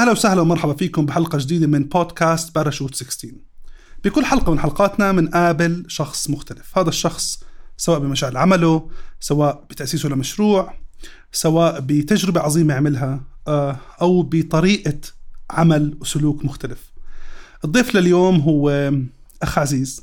أهلا وسهلا ومرحبا فيكم بحلقة جديدة من بودكاست باراشوت 16. بكل حلقة من حلقاتنا منقابل شخص مختلف. هذا الشخص سواء بمجال عمله، سواء بتأسيسه لمشروع، سواء بتجربة عظيمة عملها، أو بطريقة عمل وسلوك مختلف. الضيف لليوم هو أخ عزيز.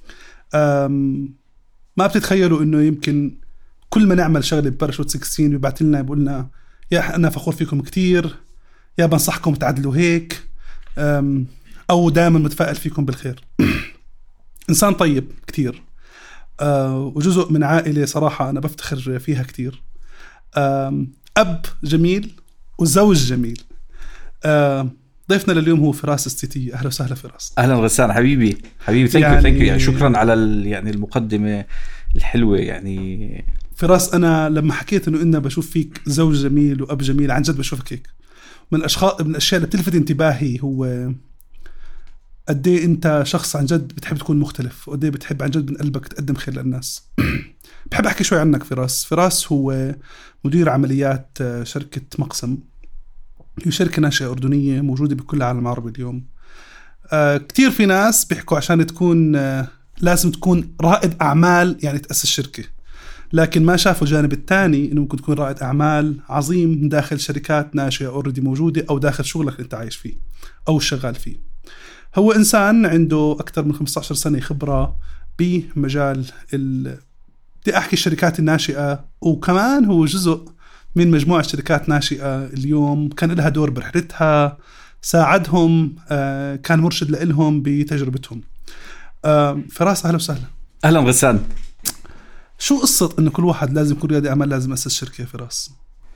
ما بتتخيلوا إنه يمكن كل ما نعمل شغلة بباراشوت 16 بيبعت لنا يقولنا يا أنا فخور فيكم كتير، يا بنصحكم تعدلوا هيك، أو دائما متفائل فيكم بالخير. إنسان طيب كتير، وجزء من عائلة صراحة أنا بفتخر فيها كتير. أب جميل وزوج جميل. ضيفنا لليوم هو فراس الستيتي. أهلا وسهلا فراس. أهلا غسان حبيبي ثانك يو شكرا على يعني المقدمة الحلوة. يعني فراس، أنا لما حكيت إنه إنه بشوف فيك زوج جميل وأب جميل، عن جد بشوفك هيك. من الأشياء اللي بتلفت انتباهي هو قديه أنت شخص عن جد بتحب تكون مختلف، وقديه بتحب عن جد من قلبك تقدم خير للناس. بحب أحكي شوي عنك فراس هو مدير عمليات شركة مقسم. هي شركة ناشئة أردنية موجودة بكل العالم العربي اليوم. كتير في ناس بيحكوا عشان تكون لازم تكون رائد أعمال يعني تأسس شركة، لكن ما شافوا الجانب الثاني إنه ممكن تكون رائد أعمال عظيم داخل شركات ناشئة أوردي موجودة، أو داخل شغلك اللي أنت عايش فيه أو شغال فيه. هو إنسان عنده أكثر من 15 سنة خبرة بمجال بدي أحكي الشركات الناشئة، وكمان هو جزء من مجموعة شركات ناشئة اليوم كان لها دور برحلتها، ساعدهم، كان مرشد لهم بتجربتهم. فراس أهلا وسهلا. أهلا غسان. شو قصة إنه كل واحد لازم يكون ريادي أعمال لازم أسس شركة فراس؟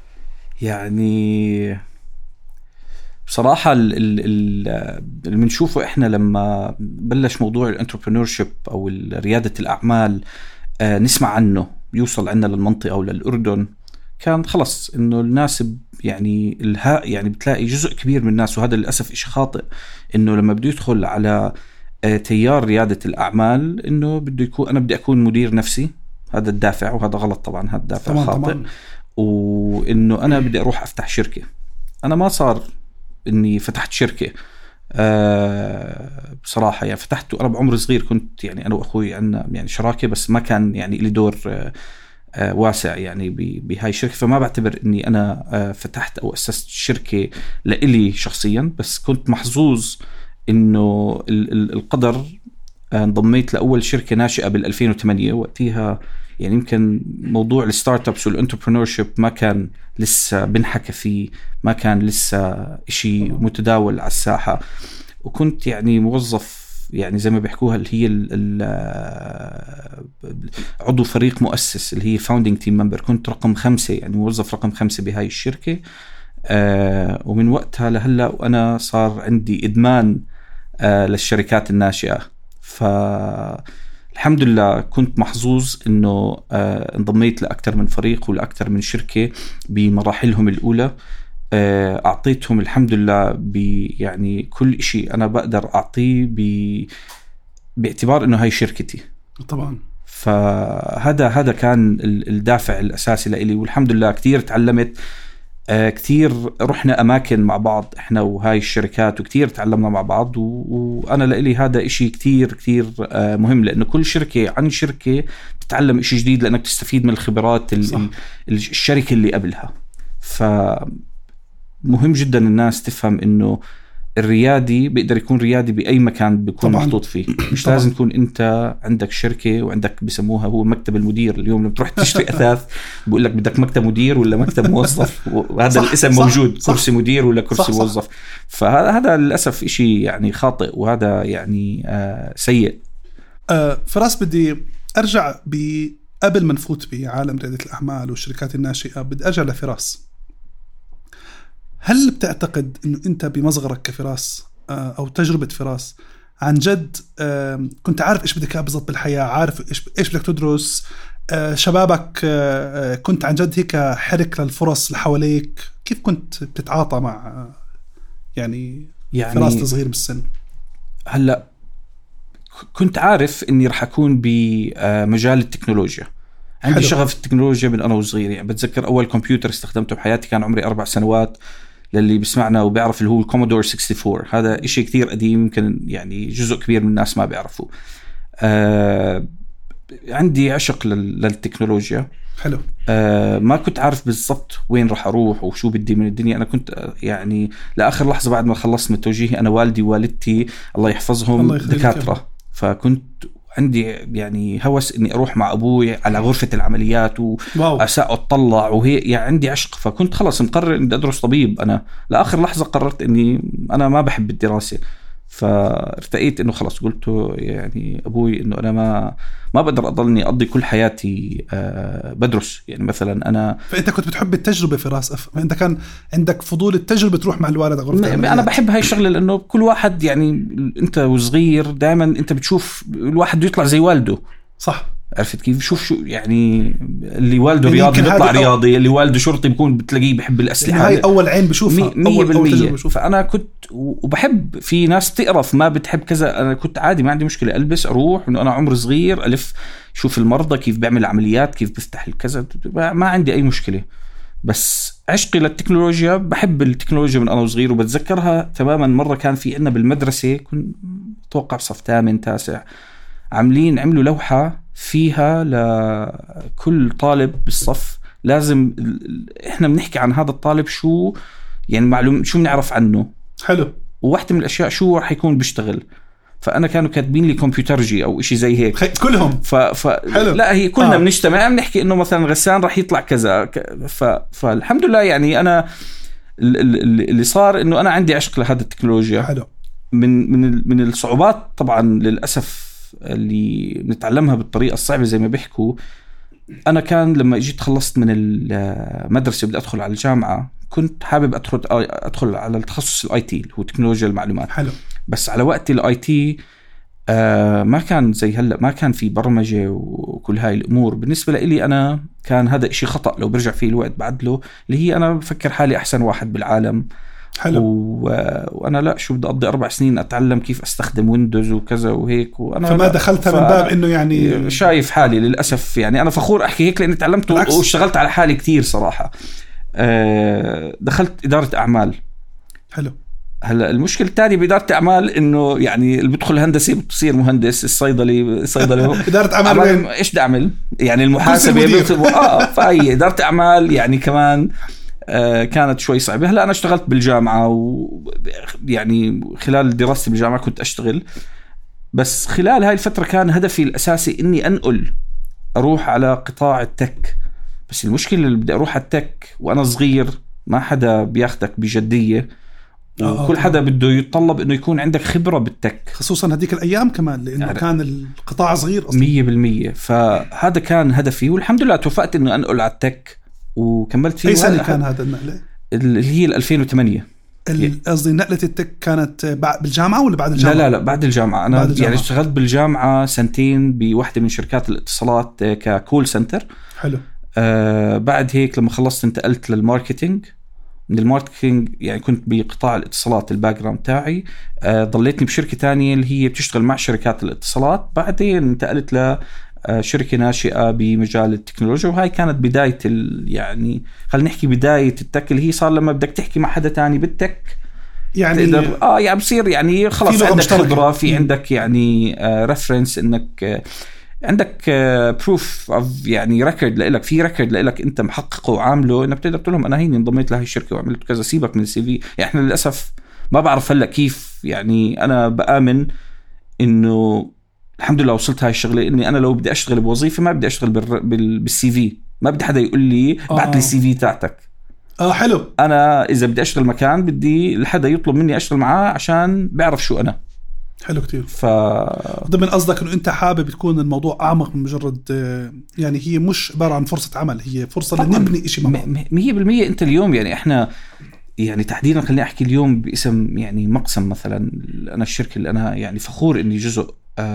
يعني بصراحة اللي بنشوفه إحنا لما بلش موضوع الانتربرينورشيب أو ريادة الأعمال، نسمع عنه يوصل عنا للمنطقة أو للأردن، كان خلص إنه الناس يعني يعني بتلاقي جزء كبير من الناس، وهذا للأسف إشي خاطئ، إنه لما بده يدخل على تيار ريادة الأعمال إنه بده يكون أنا بدي أكون مدير نفسي. هذا الدافع، وهذا غلط طبعا، هذا الدافع خاطئ. وإنه أنا بدي أروح أفتح شركة. أنا ما صار إني فتحت شركة بصراحة، يعني فتحت أنا بعمر صغير، كنت يعني أنا وأخوي عنا يعني شراكة، بس ما كان يعني لي دور واسع يعني بهاي الشركة. فما بعتبر إني أنا فتحت أو أسست شركة لإلي شخصيا، بس كنت محظوظ إنه القدر انضميت لأول شركة ناشئة بال2008. وقتها يعني يمكن موضوع الستارت ابس والانتربرينورشيب ما كان لسه بنحكى فيه، ما كان لسه إشي متداول على الساحة. وكنت يعني موظف، يعني زي ما بيحكوها اللي هي عضو فريق مؤسس، اللي هي founding team member. كنت رقم 5، يعني موظف رقم 5 بهاي الشركة. ومن وقتها لهلأ وأنا صار عندي إدمان للشركات الناشئة. فالحمد لله كنت محظوظ إنه انضميت لأكثر من فريق ولأكثر من شركة بمراحلهم الأولى. أعطيتهم الحمد لله يعني كل إشي أنا بقدر أعطيه باعتبار إنه هاي شركتي طبعا. فهذا كان الدافع الأساسي لإلي. والحمد لله كتير تعلمت، كتير رحنا أماكن مع بعض إحنا وهاي الشركات، وكتير تعلمنا مع بعض. وأنا لإلي هذا إشي كتير كتير مهم، لأنه كل شركة عن شركة تتعلم إشي جديد، لأنك تستفيد من الخبرات الشركة اللي قبلها. فمهم جدا الناس تفهم إنه الريادي بيقدر يكون ريادي بأي مكان بيكون محطوط فيه. مش طبعاً. لازم تكون أنت عندك شركة وعندك بسموها هو مكتب المدير. اليوم لما تروح تشتري أثاث بقول لك بدك مكتب مدير ولا مكتب موظف، وهذا الاسم موجود. كرسي مدير ولا كرسي موظف. فهذا للأسف إشي يعني خاطئ، وهذا يعني سيء. فراس، بدي أرجع قبل ما نفوت بعالم ريادة الأعمال والشركات الناشئة، بدي أرجع لفراس. هل بتعتقد إنه أنت بمصغرك كفراس أو تجربة فراس عن جد كنت عارف إيش بدك بالضبط بالحياة، عارف إيش بدك تدرس، شبابك كنت عن جد هيك حرك للفرص اللي حواليك؟ كيف كنت بتتعاطى مع يعني فراس صغير بالسن؟ هلأ كنت عارف إني رح أكون بمجال التكنولوجيا. عندي شغف التكنولوجيا من أنا وصغير. يعني بتذكر أول كمبيوتر استخدمته بحياتي كان عمري 4 سنوات. للي بسمعنا وبيعرف اللي هو الكومودور 64. هذا إشي كتير قديم، يمكن يعني جزء كبير من الناس ما بيعرفوا. عندي عشق للتكنولوجيا. حلو. ما كنت عارف بالضبط وين راح أروح وشو بدي من الدنيا. أنا كنت يعني لآخر لحظة بعد ما خلصت من توجيهي، أنا والدي ووالدتي الله يحفظهم دكاترة، فكنت عندي يعني هوس إني أروح مع أبوي على غرفة العمليات وأطلع وهي يعني عندي عشق. فكنت خلص مقرر إني أدرس طبيب. أنا لآخر لحظة قررت إني أنا ما بحب الدراسة، فارتقيت إنه خلص قلت يعني أبوي إنه أنا ما بقدر أضلني أقضي كل حياتي بدرس. يعني مثلا أنا فأنت كنت بتحب التجربة في راس فأنت كان عندك فضول التجربة تروح مع الوالد غرفة. أنا بحب هاي الشغلة لأنه كل واحد يعني أنت وصغير دائما أنت بتشوف الواحد يطلع زي والده. صح. عرفت كيف؟ شوف يعني اللي والده يعني رياضي بيطلع رياضي، اللي والده شرطي بيكون بتلاقيه بحب الأسلحة. يعني هاي أول عين بشوفها، أول تجربة بشوفها. فأنا كنت وبحب في ناس تقرف ما بتحب كذا، أنا كنت عادي ما عندي مشكلة ألبس أروح، إنه أنا عمر صغير ألف شوف المرضى كيف بيعمل عمليات كيف بفتح الكذا، ما عندي أي مشكلة. بس عشقي للتكنولوجيا، بحب التكنولوجيا من أنا وصغير. وبتذكرها تماما مرة كان في عنا بالمدرسة، كنت أتوقع بصف 8 9 عملوا لوحة فيها لكل طالب بالصف لازم احنا بنحكي عن هذا الطالب شو يعني معلوم شو بنعرف عنه. حلو. وواحدة من الاشياء شو راح يكون بيشتغل. فانا كانوا كاتبين لي كمبيوترجي او اشي زي هيك كلهم. لا هي كلنا بنجتمع بنحكي انه مثلا غسان راح يطلع كذا. فالحمد لله يعني انا اللي صار انه انا عندي عشق لهذا التكنولوجيا. حلو. من الصعوبات طبعا للاسف اللي نتعلمها بالطريقة الصعبة زي ما بيحكوا. أنا كان لما جيت خلصت من المدرسة بدي أدخل على الجامعة، كنت حابب أدخل على التخصص الآي تي اللي هو تكنولوجيا المعلومات. حلو. بس على وقت الآي تي ما كان زي هلأ، ما كان في برمجة وكل هاي الأمور. بالنسبة لي أنا كان هذا إشي خطأ لو برجع فيه الوقت بعدله، اللي هي أنا بفكر حالي أحسن واحد بالعالم. حلو. وأنا لا شو بدي أقضي 4 سنين أتعلم كيف أستخدم ويندوز وكذا وهيك، وأنا فما دخلتها من باب إنه يعني شايف حالي للأسف. يعني أنا فخور أحكي هيك لأني تعلمت واشتغلت على حالي كتير صراحة. دخلت إدارة أعمال. حلو. هلا المشكلة الثانية بإدارة أعمال إنه يعني اللي بدخل هندسي بتصير مهندس، الصيدلي إدارة أعمال إيش بدي أعمل يعني المحاسبة فهي إدارة أعمال يعني كمان كانت شوي صعبة. هلا أنا اشتغلت بالجامعة ويعني خلال دراستي بالجامعة كنت أشتغل، بس خلال هاي الفترة كان هدفي الأساسي إني أنقل أروح على قطاع التك. بس المشكلة اللي بدي أروح على التك وأنا صغير ما حدا بياخدك بجدية، وكل حدا بده يتطلب إنه يكون عندك خبرة بالتك، خصوصا هذيك الأيام كمان لأنه يعني كان القطاع صغير أصلاً 100%. فهذا كان هدفي والحمد لله توفقت إنه أنقل على التك وكملت فيه. أي سنة كان هذا النقلة؟ اللي هي 2008. قصدي نقلة التك كانت بالجامعة ولا بعد الجامعة؟ لا بعد الجامعة. أنا بعد الجامعة. يعني اشتغلت بالجامعة 2 سنين بواحدة من شركات الاتصالات ككول سنتر. حلو. بعد هيك لما خلصت انتقلت للماركتينج. من الماركتينج يعني كنت بقطاع الاتصالات الباك جراوند تاعي. ضليتني بشركة تانية اللي هي بتشتغل مع شركات الاتصالات. بعدين انتقلت لشركة ناشئة بمجال التكنولوجيا، وهاي كانت بداية يعني خلينا نحكي بداية التك، اللي هي صار لما بدك تحكي مع حدا تاني بالتك يعني تقدر يعني بصير يعني خلص عندك خبرة في عندك يعني ريفرنس انك عندك بروف اوف يعني ريكورد لك، في ريكورد لك انت محققه وعامله، انك بتقدر تقول لهم انا هيني انضميت لهي الشركه وعملت كذا. سيبك من السي في. يعني احنا للاسف ما بعرف هلا كيف. يعني انا بآمن انه الحمد لله وصلت هاي الشغله، اني انا لو بدي اشتغل بوظيفه ما بدي اشتغل بالسي في. ما بدي حدا يقول لي بعت لي السي في تاعتك. حلو. انا اذا بدي اشتغل مكان بدي الحدا يطلب مني اشتغل معاه عشان بعرف شو انا. حلو كتير. ضمن قصدك انه انت حابب تكون الموضوع اعمق من مجرد يعني هي مش عباره عن فرصه عمل، هي فرصه لنبني شيء مع بعض 100%. انت اليوم يعني احنا يعني تحديدا خليني احكي اليوم باسم يعني مقسم مثلا. انا الشركه اللي انا يعني فخور اني جزء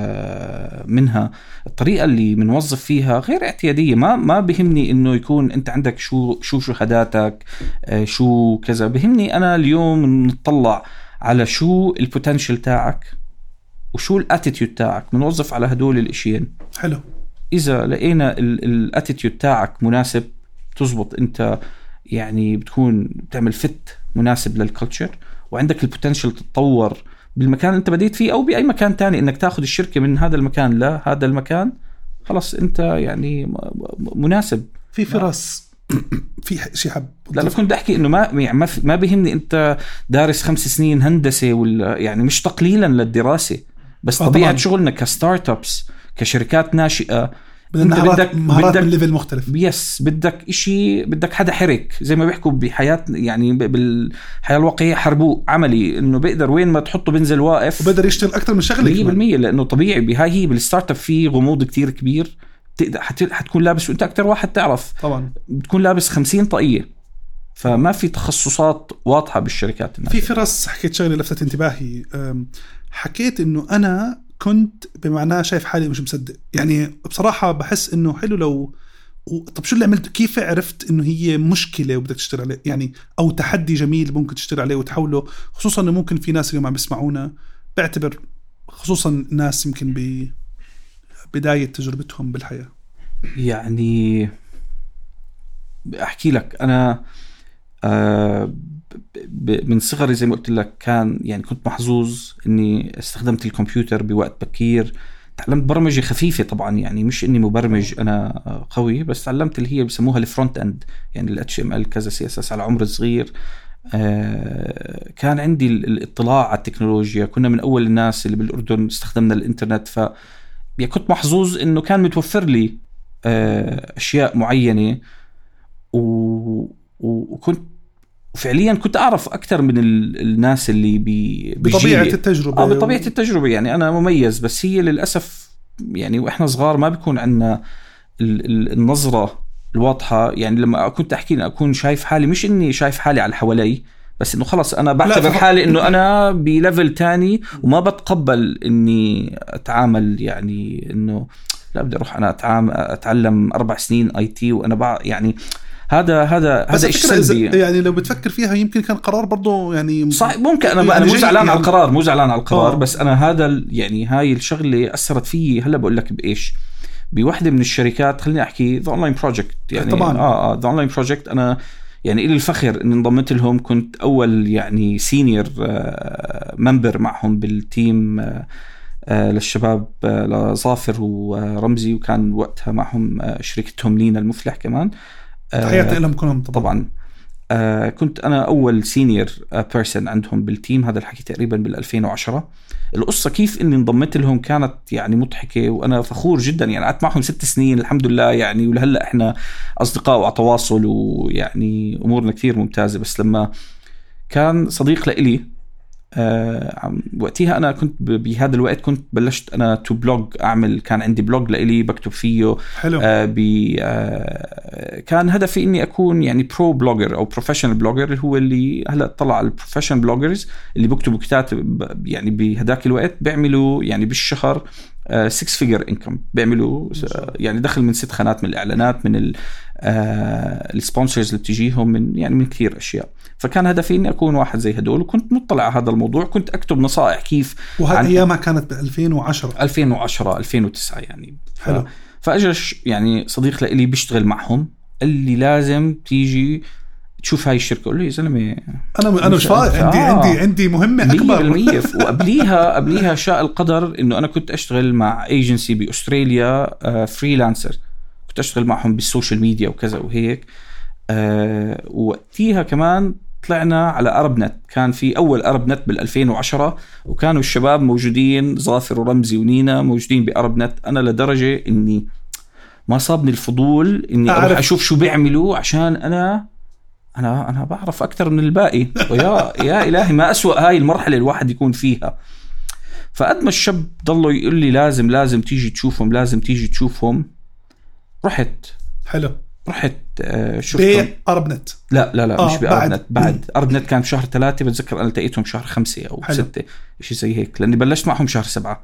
منها، الطريقه اللي بنوظف فيها غير اعتياديه. ما بهمني انه يكون انت عندك شو شهاداتك شو كذا. بهمني انا اليوم نطلع على شو البوتنشل تاعك وشو الاتيتيود تاعك، بنوظف على هدول الاشيين. حلو. اذا لقينا الاتيتيود تاعك مناسب تزبط انت يعني بتكون بتعمل فت مناسب للكلتشر، وعندك البوتنشل تتطور بالمكان اللي انت بديت فيه او باي مكان تاني، انك تاخذ الشركه من هذا المكان لهذا المكان، خلاص انت يعني مناسب. في فرص. في شيء حب لا كنت بدي احكي انه ما بيهمني انت دارس 5 سنين هندسه ولا يعني، مش تقليلا للدراسه، بس طبيعه شغلنا كستارت ابس كشركات ناشئه بدك مهارات من ليفل مختلف. يس بدك إشي، بدك حدا حرك زي ما بيحكوا بحياة يعني بالحياة الواقعية حربوق عملي، إنه بيقدر وين ما تحطه بنزل واقف وبقدر يشتغل أكتر من شغلة 100%. لأنه طبيعي بهاي هي بالستارت اب في غموض كتير كبير، حتكون لابس وانت أكتر واحد تعرف طبعا، بتكون لابس 50 طاقية، فما في تخصصات واضحة بالشركات في فرص. حكيت شغلة لفتت انتباهي، حكيت إنه أنا كنت بمعناه شايف حالي مش مصدق، يعني بصراحة بحس إنه حلو لو طب شو اللي عملت، كيف عرفت إنه هي مشكلة وبدك تشتغل عليه يعني، أو تحدي جميل ممكن تشتغل عليه وتحوله، خصوصا إنه ممكن في ناس اليوم عم بيسمعونا بعتبر خصوصا ناس يمكن ببداية تجربتهم بالحياة. يعني أحكي لك أنا من صغري زي ما قلت لك كان يعني كنت محظوظ اني استخدمت الكمبيوتر بوقت بكير، تعلمت برمجة خفيفة طبعا، يعني مش اني مبرمج انا قوي، بس تعلمت اللي هي بسموها الفرونت اند، يعني ال HTML كذا CSS على عمر صغير. كان عندي الاطلاع على التكنولوجيا، كنا من اول الناس اللي بالاردن استخدمنا الانترنت، ف يعني كنت محظوظ انه كان متوفر لي اشياء معينة، وكنت فعليا كنت أعرف أكثر من الناس اللي بطبيعة التجربة. بطبيعة التجربة، يعني أنا مميز، بس هي للأسف يعني وإحنا صغار ما بيكون عندنا النظرة الواضحة. يعني لما كنت أحكي أكون شايف حالي، مش إني شايف حالي على حوالي، بس إنه خلص أنا بعتبر حالي إنه أنا بليفل تاني، وما بتقبل إني أتعامل يعني إنه لا بدي أروح أنا أتعلم 4 سنين IT وأنا يعني هذا سلبي. يعني لو بتفكر فيها يمكن كان قرار برضو يعني صح، ممكن أنا مو زعلان على القرار، مو زعلان على القرار، بس أنا هذا يعني هاي الشغلة أثرت فيي. هلا بقول لك بإيش، بواحدة من الشركات، خليني أحكي The Online Project، يعني طبعا The Online Project أنا يعني إلي الفخر إن انضمت لهم، كنت أول يعني سينيور ممبر معهم بالتيم للشباب، لظافر ورمزي، وكان وقتها معهم شركتهم لينا المفلح كمان. تحياتي لهم كلهم طبعا. كنت أنا أول سينيور بيرسون عندهم بالتيم، هذا الحكي تقريبا بال2010. القصة كيف إني انضمت لهم كانت يعني مضحكة، وأنا فخور جدا، يعني قعدت معهم 6 سنين الحمد لله يعني، ولهلأ إحنا أصدقاء وعلى تواصل، ويعني أمورنا كثير ممتازة. بس لما كان صديق لإلي وقتها أنا كنت بهذا الوقت كنت بلشت أنا تو بلوج أعمل، كان عندي بلوج لإلي بكتب فيه. حلو. كان هدفي إني أكون يعني برو بلوجر أو بروفيشنال بلوجر، هو اللي هلأ طلع البروفيشنال بلوجرز اللي بيكتبوا كتاب يعني بهداك الوقت بيعملوا يعني بالشهر 6 figure income، بيعملوا يعني دخل من 6 خانات من الإعلانات، من السبونسرز اللي بتجيهم، من يعني من كثير أشياء. فكان هدفي إني أكون واحد زي هدول، وكنت مطلع على هذا الموضوع، كنت أكتب نصائح كيف. وهذه أيامها كانت ب2010 2009 يعني. فأجلش يعني صديق لإلي بيشتغل معهم، قال لي لازم تيجي تشوف هاي الشركة. قل له يا زلمة أنا مش فاضي، عندي مهمة أكبر. وقبليها شاء القدر إنه أنا كنت أشتغل مع ايجنسي بأستراليا فريلانسر، كنت أشتغل معهم بالسوشيال ميديا وكذا وهيك. وقتها كمان طلعنا على أرب نت، كان في أول أرب نت بال2010، وكانوا الشباب موجودين، ظافر ورمزي ونينا موجودين بأرب نت. أنا لدرجة إني ما صابني الفضول إني أروح أشوف شو بيعملوا، عشان أنا بعرف أكتر من الباقي. يا إلهي ما أسوأ هاي المرحلة الواحد يكون فيها. فقد ما الشاب ضلوا يقول لي لازم تيجي تشوفهم، لازم تيجي تشوفهم. رحت. حلو. رحت شفتهم بأربنت. لا مش بأربنت، بعد أربنت كان بشهر 3، بتذكر أنا لقيتهم بشهر 5 أو 6 إشي زي هيك، لأني بلشت معهم شهر 7.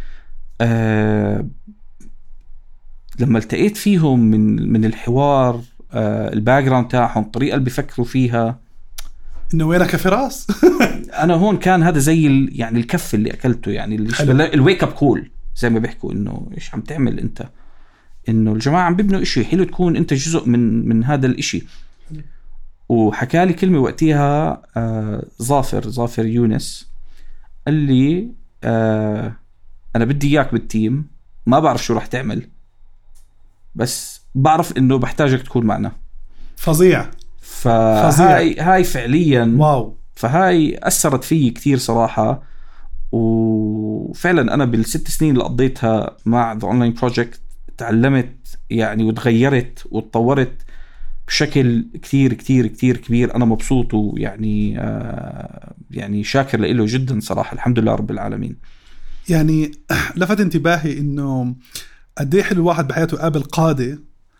لما التقيت فيهم من الحوار، الباك جراوند تاعهم، الطريقة اللي بيفكروا فيها، إنه وينك فراس. أنا هون كان هذا زي يعني الكف اللي أكلته، يعني الويك اب كول زي ما بيحكوا، إنه إيش عم تعمل أنت، إنه الجماعة عم بيبنوا إشي حلو، تكون أنت جزء من هذا الإشي. وحكى لي كلمة وقتها ظافر يونس، قال لي أنا بدي إياك بالتيم، ما بعرف شو رح تعمل بس بعرف إنه بحتاجك تكون معنا. فظيع. هاي فعليا واو. فهاي أثرت فيي كتير صراحة. وفعلا أنا بالست سنين اللي قضيتها مع The Online Project تعلمت يعني وتغيرت وتطورت بشكل كتير كتير كتير كبير. أنا مبسوط ويعني يعني شاكر له جدا صراحة. الحمد لله رب العالمين. يعني لفت انتباهي إنه قد إيه حلو الواحد بحياته قابل قادة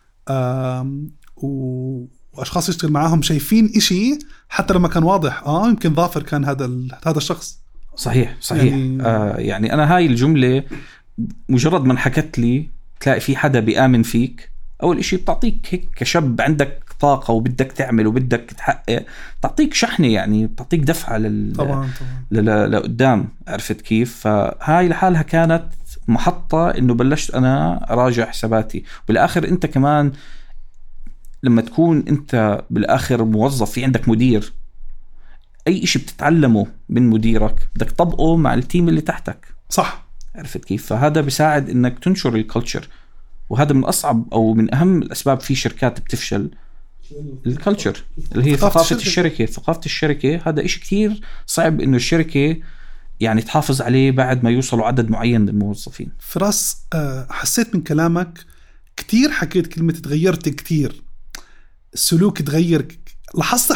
وأشخاص يشتغل معاهم شايفين إشي حتى لما كان واضح. يمكن ظافر كان هذا الشخص. صحيح. يعني أنا هاي الجملة مجرد ما حكت لي تلاقي في حدا بيآمن فيك، أول إشي بتعطيك هيك كشاب عندك طاقة وبدك تعمل وبدك تحقق، تعطيك شحنة يعني بتعطيك دفعة طبعا. لقدام. عرفت كيف؟ فهاي لحالها كانت محطة إنه بلشت أنا أراجع حساباتي. بالآخر أنت كمان لما تكون أنت بالآخر موظف، في عندك مدير، أي إشي بتتعلمه من مديرك بدك تطبقه مع التيم اللي تحتك. صح. عرفت كيف؟ فهذا بيساعد إنك تنشر الكلتشر، وهذا من أصعب أو من أهم الأسباب في شركات بتفشل. الكلتشر اللي هي ثقافة الشركة. هذا إشي كتير صعب إنه الشركة يعني تحافظ عليه بعد ما يوصلوا عدد معين من الموظفين. فراس، حسيت من كلامك كتير حكيت كلمة تغيرت كتير، السلوك تغير. لاحظت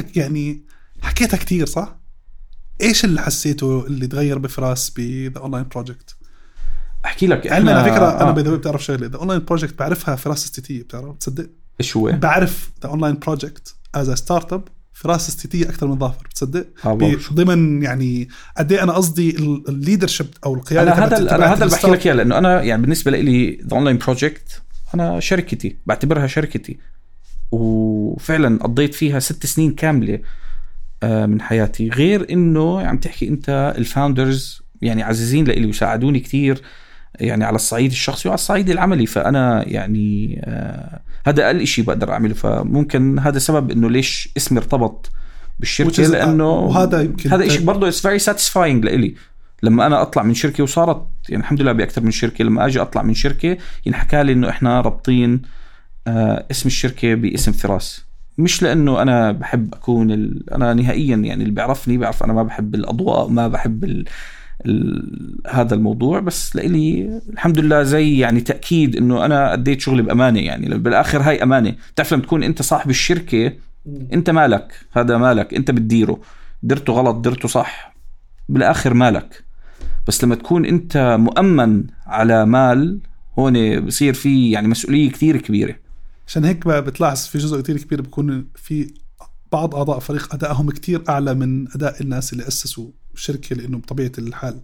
حكيتها كتير صح؟ إيش اللي حسيته اللي تغير بفراس The Online Project؟ أحكي لك. على فكرة أنا بتعرف شغلة The Online Project بعرفها فراس استيتية، بتعرف تصدق؟ إيش هو؟ بعرف The Online Project as a startup فراس استيتية أكثر من ظافر، بتصدق؟ ضمن يعني قد إيه أنا قصدي الليدرشيب أو القيادة. أنا هذا اللي بحكي لك إياه، لأنه أنا يعني بالنسبة لي The Online Project أنا شركتي، بعتبرها شركتي، وفعلا قضيت فيها 6 سنين كاملة من حياتي. غير إنه عم تحكي أنت الفاوندرز يعني عزيزين لإلي وساعدوني كتير يعني على الصعيد الشخصي وعلى الصعيد العملي. فأنا يعني هذا أقل إشي بقدر أعمله. فممكن هذا سبب إنه ليش اسمي ارتبط بالشركة، لأنه هذا إشي برضو it's very satisfying لإلي. لما أنا أطلع من شركة وصارت يعني الحمد لله بأكثر من شركة، لما أجي أطلع من شركة ينحكى لي إنه إحنا رابطين اسم الشركة باسم فراس، مش لأنه أنا بحب أكون أنا نهائيا يعني اللي بيعرفني بيعرف أنا ما بحب الأضواء، ما بحب هذا الموضوع. بس لإلي الحمد لله زي يعني تأكيد إنه أنا أديت شغلي بأمانة. يعني بالآخر هاي أمانة. تعرف لما تكون أنت صاحب الشركة أنت مالك، هذا مالك أنت بتديره، درته غلط درته صح بالآخر مالك. بس لما تكون أنت مؤمن على مال هون بصير في يعني مسؤولية كتير كبيرة. عشان هيك بتلاحظ في جزء كتير كبير بيكون في بعض أعضاء فريق أدائهم كتير أعلى من أداء الناس اللي أسسوا الشركة، لأنه بطبيعة الحال.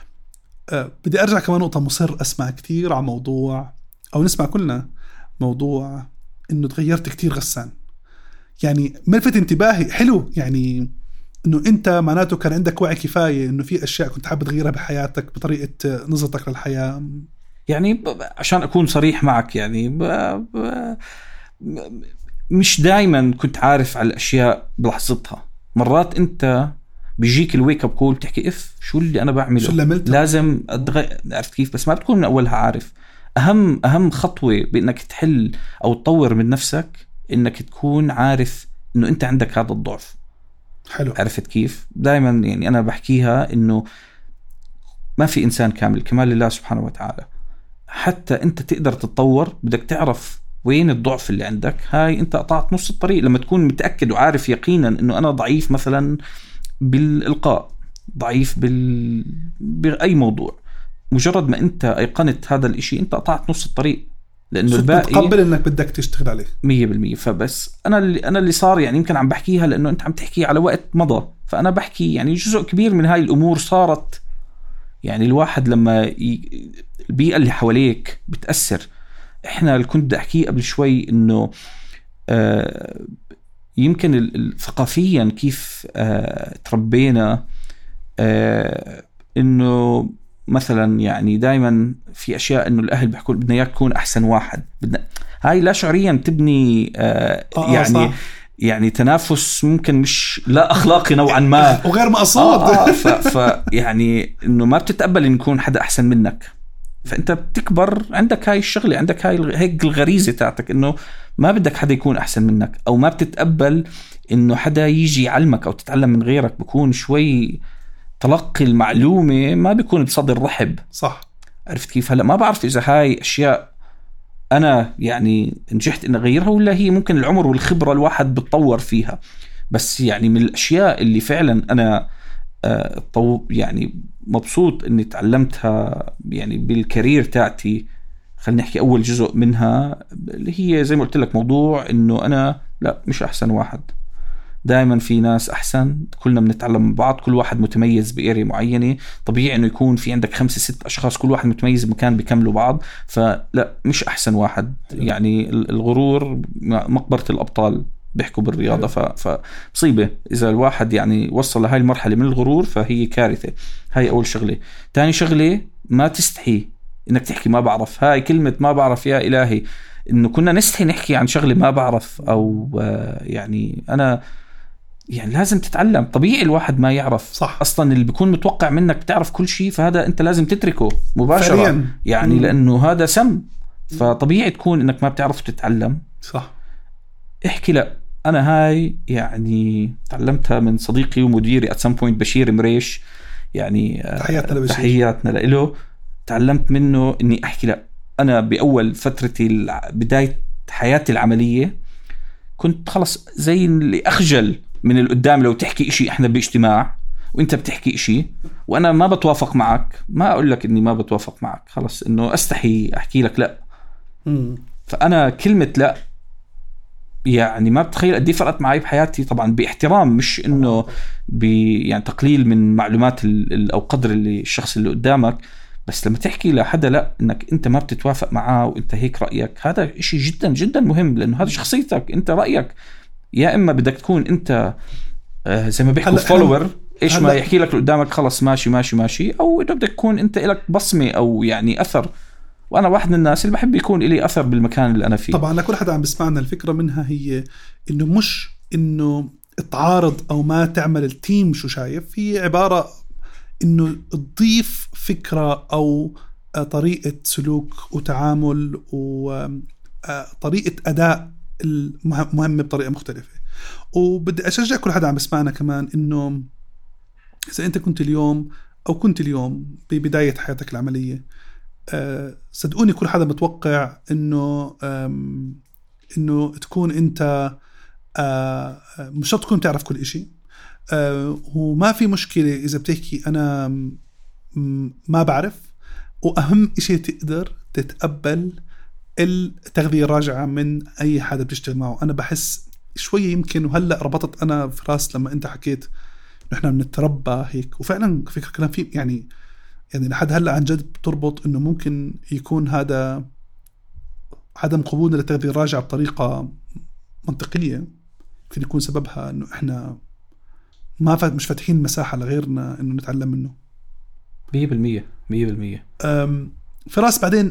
بدي أرجع كمان نقطة، مصر أسمع كتير على موضوع أو نسمع كلنا موضوع إنه تغيرت كتير غسان. يعني ملفت انتباهي حلو، يعني إنه أنت معناته كان عندك وعي كفاية إنه في أشياء كنت حابب تغيرها بحياتك بطريقة نظرتك للحياة. يعني عشان أكون صريح معك يعني مش دايما كنت عارف على الأشياء بلحظتها. مرات أنت بيجيك الويك اب كول بتحكي شو اللي أنا بعمله، شو اللي عملته؟ لازم عرفت كيف؟ بس ما بتكون من أولها عارف. أهم خطوة بأنك تحل أو تطور من نفسك إنك تكون عارف إنه أنت عندك هذا الضعف. حلو. عرفت كيف؟ دايما يعني أنا بحكيها إنه ما في إنسان كامل، كمال لله سبحانه وتعالى. حتى أنت تقدر تتطور بدك تعرف وين الضعف اللي عندك. هاي أنت قطعت نص الطريق لما تكون متأكد وعارف يقينا إنه أنا ضعيف مثلا بالإلقاء، ضعيف بأي موضوع. مجرد ما أنت أيقنت هذا الإشي أنت قطعت نص الطريق، لأنه الباقي تقبل إنك بدك تشتغل عليه 100%. فبس أنا اللي صار يعني يمكن عم بحكيها لأنه أنت عم تحكي على وقت مضى، فأنا بحكي يعني جزء كبير من هاي الأمور صارت يعني الواحد لما البيئة اللي حواليك بتأثر. إحنا اللي كنت أحكيه قبل شوي إنه يمكن ثقافيا كيف تربينا، إنه مثلا يعني دايما في أشياء إنه الأهل بيحكوا بدنا إياك تكون أحسن واحد، هاي لا شعوريا تبني يعني صح. يعني تنافس ممكن مش لا أخلاقي نوعا ما وغير مقصود. يعني إنه ما بتتقبل إن يكون حدا أحسن منك، فأنت بتكبر عندك هاي الشغلة، عندك هيك الغريزة تاعتك إنه ما بدك حدا يكون أحسن منك، أو ما بتتقبل إنه حدا يجي يعلمك أو تتعلم من غيرك. بكون شوي تلقي المعلومة ما بيكون بصدر رحب. صح. عرفت كيف؟ هلأ ما بعرف إذا هاي أشياء أنا يعني نجحت إن أغيرها، ولا هي ممكن العمر والخبرة الواحد بتطور فيها. بس يعني من الأشياء اللي فعلا أنا يعني مبسوط إني تعلمتها يعني بالكارير تاعتي، خلينا نحكي أول جزء منها اللي هي زي ما قلت لك موضوع إنه أنا لا مش أحسن واحد، دائما في ناس أحسن، كلنا بنتعلم من بعض، كل واحد متميز بإيريا معينة. طبيعي إنه يكون في عندك 5-6 أشخاص كل واحد متميز بمكان بيكملوا بعض، فلا مش أحسن واحد. يعني الغرور مقبرة الأبطال بيحكوا بالرياضة، فمصيبة إذا الواحد يعني وصل لهاي المرحلة من الغرور، فهي كارثة. هاي أول شغلة. تاني شغلة، ما تستحي إنك تحكي ما بعرف. هاي كلمة ما بعرف يا إلهي، إنه كنا نستحي نحكي عن شغلة ما بعرف، أو يعني أنا يعني لازم تتعلم. طبيعي الواحد ما يعرف. صح. أصلا اللي بيكون متوقع منك بتعرف كل شيء، فهذا أنت لازم تتركه مباشرة فعلياً. يعني لأنه هذا سم. فطبيعي تكون إنك ما بتعرف تتعلم. صح. احكي لا، أنا هاي يعني تعلمتها من صديقي ومديري at some point بشير مريش، يعني تحياتنا له. تعلمت منه إني أحكي لا. أنا بأول فترتي بداية حياتي العملية كنت خلص زي اللي أخجل من القدام لو تحكي إشي، إحنا باجتماع وإنت بتحكي إشي وأنا ما بتوافق معك، ما أقول لك إني ما بتوافق معك، خلص إنه أستحي أحكي لك لا. فأنا كلمة لا يعني ما بتخيل قد ايه فرقت معي بحياتي. طبعا باحترام، مش إنه يعني تقليل من معلومات أو قدر اللي الشخص اللي قدامك، بس لما تحكي لحدا لا إنك أنت ما بتتوافق معاه وإنت هيك رأيك، هذا إشي جدا جدا مهم، لأنه هذا شخصيتك، أنت رأيك. يا إما بدك تكون أنت زي ما بيحكوا فولوور، إيش ما يحكي لك قدامك خلص ماشي ماشي ماشي، أو إذا بدك تكون أنت لك بصمة أو يعني أثر. وأنا واحد من الناس اللي بحب يكون لي أثر بالمكان اللي أنا فيه. طبعا لكل حدا عم بسمعنا، الفكرة منها هي إنه مش إنه تعارض أو ما تعمل التيم شو شايف، هي عبارة إنه تضيف فكرة أو طريقة سلوك وتعامل وطريقة أداء المهمة بطريقة مختلفة. وبدي أشجع كل حدا عم بسمعنا كمان إنه إذا أنت كنت اليوم ببداية حياتك العملية، صدقوني كل حدا متوقع إنه تكون أنت مش شرط تكون تعرف كل إشي، وما في مشكلة إذا بتحكي أنا ما بعرف. وأهم إشي تقدر تتقبل التغذية الراجعة من أي حدا بتشتغل معه. أنا بحس شوية يمكن، وهلأ ربطت أنا في راس لما أنت حكيت نحن بنتربى هيك، وفعلا فكرة كلام فيه يعني لحد هلأ عن جد بتربط إنه ممكن يكون هذا عدم قبولنا للتغذية الراجعة بطريقة منطقية ممكن يكون سببها إنه إحنا مش فاتحين مساحة لغيرنا إنه نتعلم منه. 100%. فراس، بعدين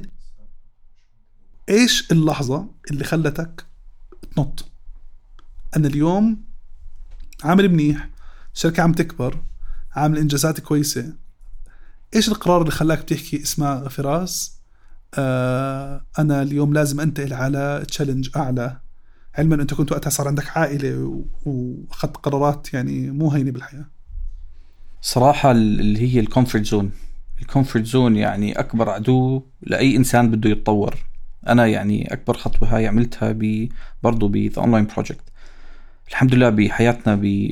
إيش اللحظة اللي خلتك تنط؟ أنا اليوم عامل منيح، شركة عم تكبر، عامل إنجازات كويسة، إيش القرار اللي خلاك بتحكي اسمع فراس أنا اليوم لازم أنتقل على تشالنج أعلى، علما أنت كنت وقتها صار عندك عائلة وأخذت قرارات يعني مو هينة بالحياة؟ صراحة اللي هي الكومفورت زون يعني أكبر عدو لأي إنسان بده يتطور. أنا يعني أكبر خطوة هاي عملتها برضو The Online Project. الحمد لله بحياتنا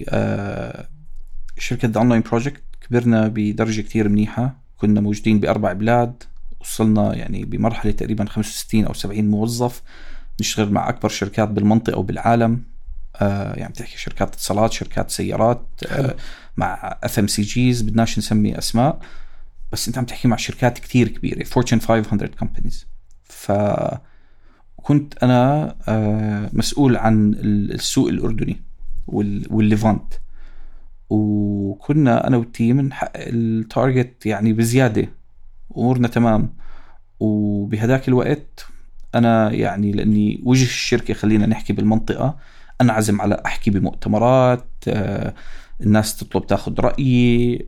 شركة The Online Project كبرنا بدرجة كتير منيحة، كنا موجودين ب4 بلاد، وصلنا يعني بمرحلة تقريبا 65 أو 70 موظف، نشتغل مع أكبر شركات بالمنطقة وبالعالم. يعني بتحكي شركات اتصالات، شركات سيارات، مع FMCGs، بدناش نسمي أسماء، بس أنت عم تحكي مع شركات كتير كبيرة Fortune 500 companies. فكنت أنا مسؤول عن السوق الأردني والليفانت، وكنا أنا والتيم نحقق التارجت يعني بزيادة، أمورنا تمام. وبهداك الوقت أنا يعني لأني وجه الشركة، خلينا نحكي بالمنطقة، أنعزم على أحكي بمؤتمرات، الناس تطلب تاخد رأيي،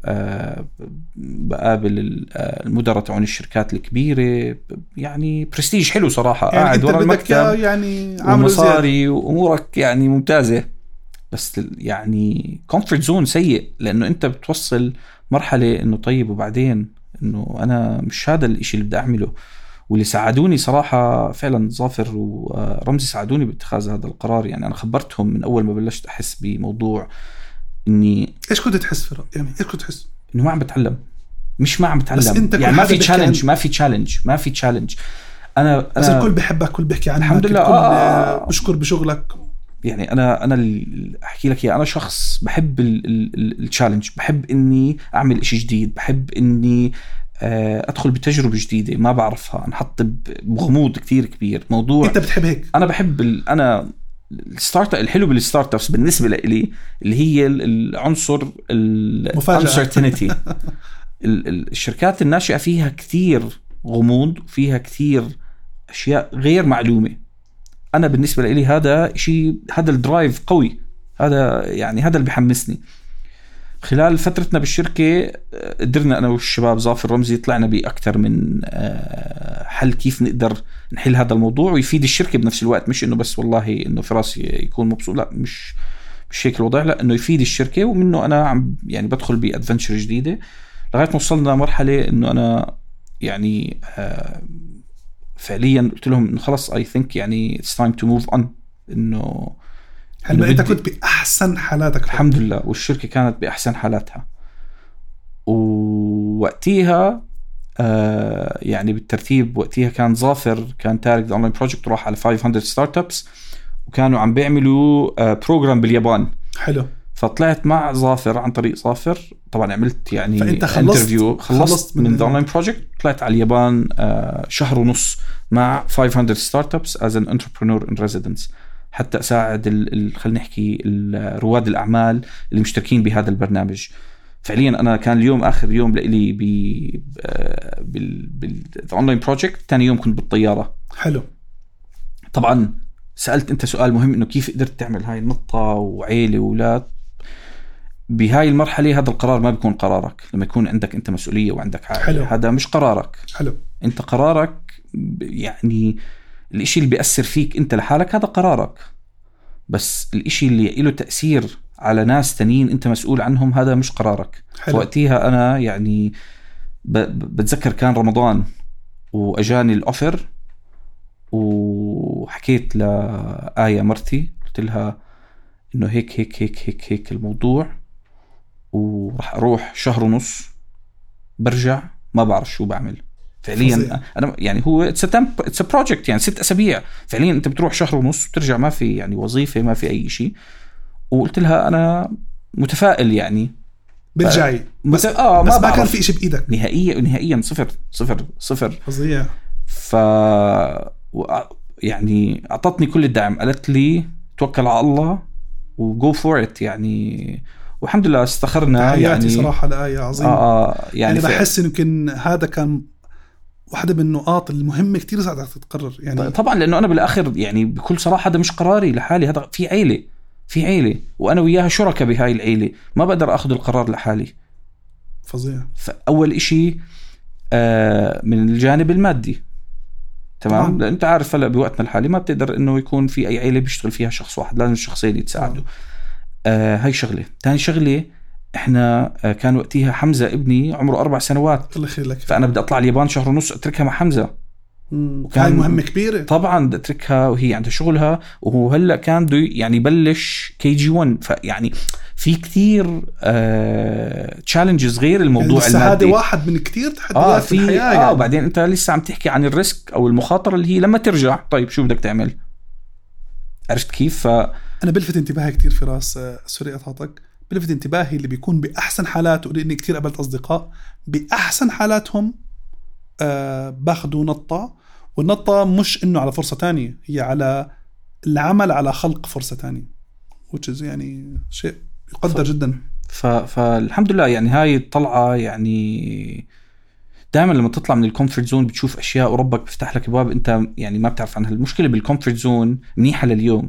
بقابل المدراء تاعون الشركات الكبيرة، يعني برستيج حلو صراحة. يعني قاعد ورا المكتب يعني ومصاري وأمورك يعني ممتازة، بس يعني كومفورت زون سيء، لأنه أنت بتوصل مرحلة إنه طيب وبعدين إنه أنا مش هذا الإشي اللي بدي أعمله. واللي ساعدوني صراحة فعلا ظافر ورمزي ساعدوني باتخاذ هذا القرار. يعني أنا خبرتهم من أول ما بلشت أحس بموضوع إني إيش كنت تحس في يعني إيش كنت تحس؟ إنه ما عم بتعلم، مش ما عم بتعلم، يعني ما في تشالنج، ما في تشالنج. أنا بس الكل بحبك، كل بيحكي عنك، الحمد لله، بشكر بشغلك. يعني أنا اللي أحكي لك، أنا شخص بحب التشالنج، بحب إني أعمل إشي جديد، بحب إني أدخل بتجربة جديدة ما بعرفها، نحط بغموض كتير كبير. موضوع أنت بتحب هيك؟ أنا بحب أنا الستارت الحلو بالستارت ابس بالنسبة لي اللي هي العنصر uncertainty. الشركات الناشئة فيها كتير غموض، فيها كتير أشياء غير معلومة. أنا بالنسبة لي هذا شيء، هذا الدرايف قوي، هذا يعني هذا اللي بيحمسني. خلال فترتنا بالشركة قدرنا أنا والشباب ظافر رمزي طلعنا بأكثر من حل كيف نقدر نحل هذا الموضوع ويفيد الشركة بنفس الوقت. مش إنه بس والله إنه فراس يكون مبسوط، لا، مش هيك الوضع، لا، إنه يفيد الشركة. ومنه أنا عم يعني بدخل بأدفنتشر جديدة لغاية ما وصلنا مرحلة إنه أنا يعني فعليا قلت لهم إنه خلص I think يعني it's time to move on. إنه هل أنت كنت بأحسن حالاتك؟ الحمد لله، والشركة كانت بأحسن حالاتها. ووقتيها يعني بالترتيب، وقتها كان ظافر كان تارك ذا أونلاين بروجكت وراح على 500 ستارت أبس، وكانوا عم بيعملوا بروجرام باليابان. حلو. فطلعت مع ظافر عن طريق ظافر، طبعا عملت يعني انترفيو، خلصت من ذا أونلاين بروجكت، طلعت على اليابان شهر ونص مع 500 ستارت أبس as an entrepreneur in residence، حتى أساعد خلينا نحكي رواد الأعمال اللي مشتركين بهذا البرنامج. فعليا أنا كان اليوم آخر يوم لإلي بالأونلاين بروجكت، تاني يوم كنت بالطيارة. حلو. طبعا سألت أنت سؤال مهم، إنه كيف قدرت تعمل هاي النقطة وعيلة وولاد بهاي المرحلة. هذا القرار ما بيكون قرارك لما يكون عندك أنت مسؤولية وعندك عائلة. حلو. هذا مش قرارك. حلو. أنت قرارك يعني الإشي اللي بيأثر فيك أنت لحالك هذا قرارك، بس الإشي اللي له تأثير على ناس تانيين أنت مسؤول عنهم هذا مش قرارك. وقتها أنا يعني بتذكر كان رمضان وأجاني الأوفر، وحكيت لآية مرتي قلت لها إنه هيك هيك هيك هيك هيك الموضوع، ورح أروح شهر ونص برجع ما بعرف شو بعمل فعليا. أنا يعني هو it's a project يعني 6 أسابيع فعليا، أنت بتروح شهر ونص وترجع، ما في يعني وظيفة، ما في أي شيء. وقلت لها أنا متفائل يعني برجعي، بس ما كان في إشي بإيدك نهائيا صفر. فظيع. يعني أعطتني كل الدعم، قالت لي توكل على الله وgo for it يعني. والحمد لله استخرنا يعني صراحة لآية عظيمة. يعني بحس إنه يمكن هذا كان واحدة من النقاط المهمة كتير ساعدك تتقرر يعني. طبعا لأنه أنا بالآخر يعني بكل صراحة هذا مش قراري لحالي، هذا في عيلة وأنا وياها شركة بهاي العيلة، ما بقدر أخذ القرار لحالي. فظيع. فأول إشي من الجانب المادي، تمام، لأن أنت عارف هلا بوقتنا الحالي ما بتقدر إنه يكون في أي عيلة بيشتغل فيها شخص واحد، لازم الشخصين يتساعدوا. هاي شغلة. تاني شغلة، إحنا كان وقتها حمزة ابني عمره 4 سنوات، الله يخلي لك، فأنا بدي أطلع اليابان شهر ونص أتركها مع حمزة. وكان مهمة كبيرة طبعا، بدي أتركها وهي عندها شغلها، وهو هلأ كان بده يعني بلش KG1، فيعني في كتير تشالنجز غير الموضوع يعني المادي. هذا واحد من كتير تحديات في الحياة يعني. وبعدين أنت لسه عم تحكي عن الريسك أو المخاطرة اللي هي لما ترجع طيب شو بدك تعمل، عرفت كيف؟ أنا بلفت انتباهي كتير فراس، سوري أطاطك، بلفت انتباهي اللي بيكون بأحسن حالاته، لأني كتير قابلت أصدقاء بأحسن حالاتهم باخدوا نطة، والنطة مش إنه على فرصة تانية، هي على العمل على خلق فرصة تانية، which is يعني شيء يقدر جدا. فالحمد لله يعني هاي الطلعة يعني دائما لما تطلع من الكومفورت زون بتشوف أشياء وربك بيفتح لك أبواب أنت يعني ما بتعرف عنها. المشكلة بالكومفورت زون منيحة لليوم،